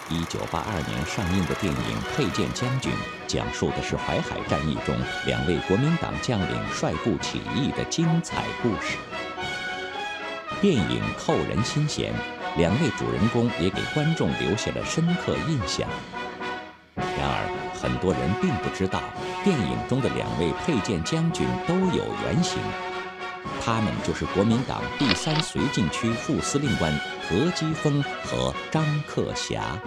1982年上映的电影《佩剑将军》讲述的是淮海战役中2位国民党将领率部起义的精彩故事。电影扣人心弦，2位主人公也给观众留下了深刻印象。然而，很多人并不知道，电影中的2位佩剑将军都有原型，他们就是国民党第3绥靖区副司令官何基沣和张克侠。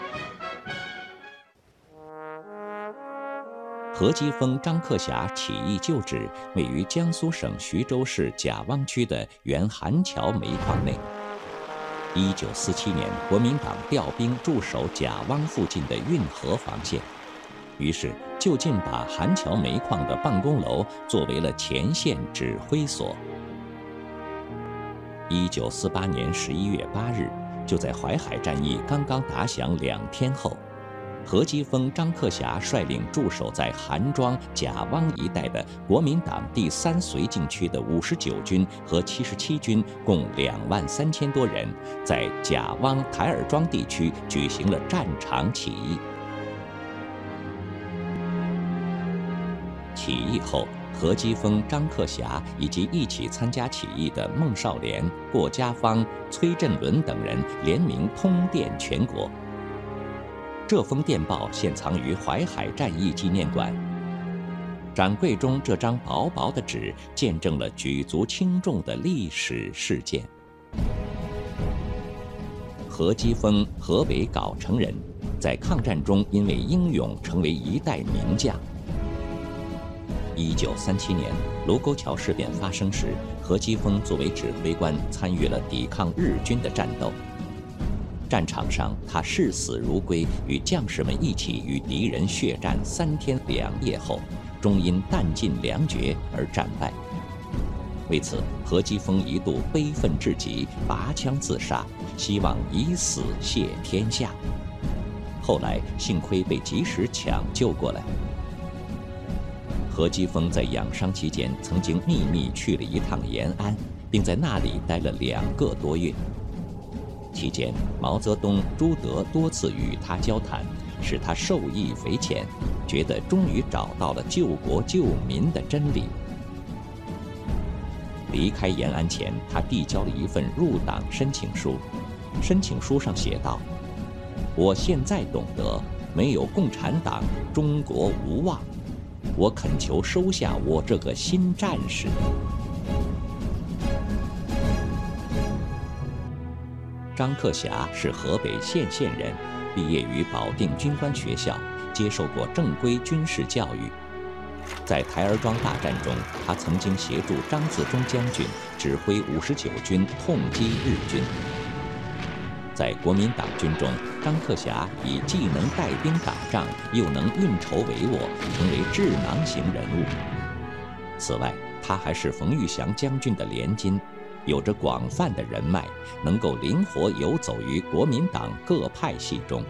何基沣、张克侠起义旧址位于江苏省徐州市贾汪区的原韩桥煤矿内。1947年，国民党调兵驻守贾汪附近的运河防线，于是就近把韩桥煤矿的办公楼作为了前线指挥所。1948年11月8日，就在淮海战役刚刚打响2天后，何基沣、张克侠率领驻守在韩庄、贾汪一带的国民党第3绥靖区的59军和77军共23000多人，在贾汪、台儿庄地区举行了战场起义。起义后，何基沣、张克侠以及一起参加起义的孟少莲、郭家芳、崔振伦等人联名通电全国。这封电报现藏于淮海战役纪念馆。展柜中这张薄薄的纸，见证了举足轻重的历史事件。何基沣，河北藁城人，在抗战中因为英勇成为一代名将。1937年，卢沟桥事变发生时，何基沣作为指挥官参与了抵抗日军的战斗。战场上，他视死如归，与将士们一起与敌人血战3天2夜后，终因弹尽粮绝而战败。为此，何基沣一度悲愤至极，拔枪自杀，希望以死谢天下。后来幸亏被及时抢救过来。何基沣在养伤期间，曾经秘密去了一趟延安，并在那里待了2个多月。期间，毛泽东、朱德多次与他交谈，使他受益匪浅，觉得终于找到了救国救民的真理。离开延安前，他递交了一份入党申请书，申请书上写道：“我现在懂得，没有共产党，中国无望。我恳求收下我这个新战士。”张克侠是河北献县人，毕业于保定军官学校，接受过正规军事教育。在台儿庄大战中，他曾经协助张自忠将军指挥59军痛击日军。在国民党军中，张克侠以既能带兵打仗，又能运筹帷幄，成为智囊型人物。此外，他还是冯玉祥将军的连襟，有着广泛的人脉，能够灵活游走于国民党各派系中。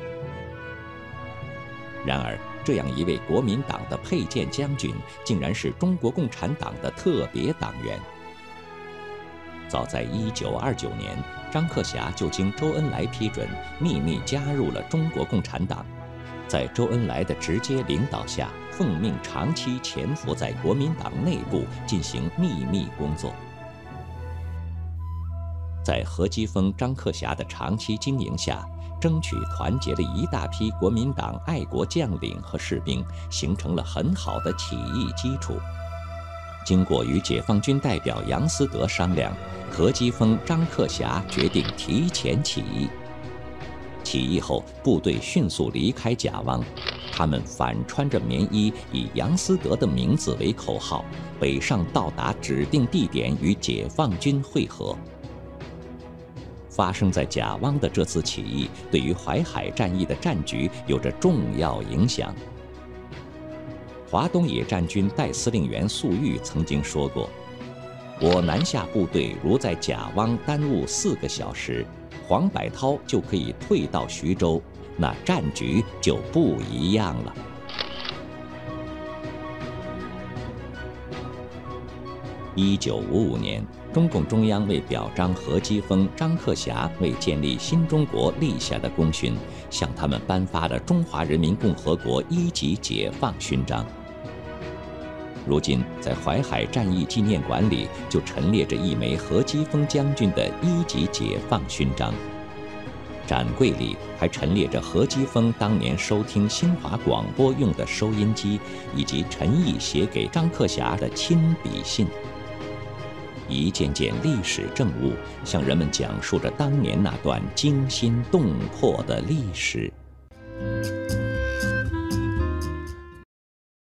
然而，这样一位国民党的佩剑将军，竟然是中国共产党的特别党员。早在1929年，张克侠就经周恩来批准，秘密加入了中国共产党。在周恩来的直接领导下，奉命长期潜伏在国民党内部进行秘密工作。在何基沣、张克侠的长期经营下，争取团结了一大批国民党爱国将领和士兵，形成了很好的起义基础。经过与解放军代表杨思德商量，何基沣、张克侠决定提前起义。起义后，部队迅速离开贾汪，他们反穿着棉衣，以杨思德的名字为口号，北上到达指定地点与解放军会合。发生在贾汪的这次起义，对于淮海战役的战局有着重要影响。华东野战军代司令员粟裕曾经说过：“我南下部队如在贾汪耽误4个小时，黄百韬就可以退到徐州，那战局就不一样了。” 1955年， 中共中央为表彰何基沣、张克侠为建立新中国立下的功勋，向他们颁发了中华人民共和国一级解放勋章。如今，在淮海战役纪念馆里就陈列着一枚何基沣将军的一级解放勋章，展柜里还陈列着何基沣当年收听新华广播用的收音机，以及陈毅写给张克侠的亲笔信。一件件历史证物，向人们讲述着当年那段惊心动魄的历史。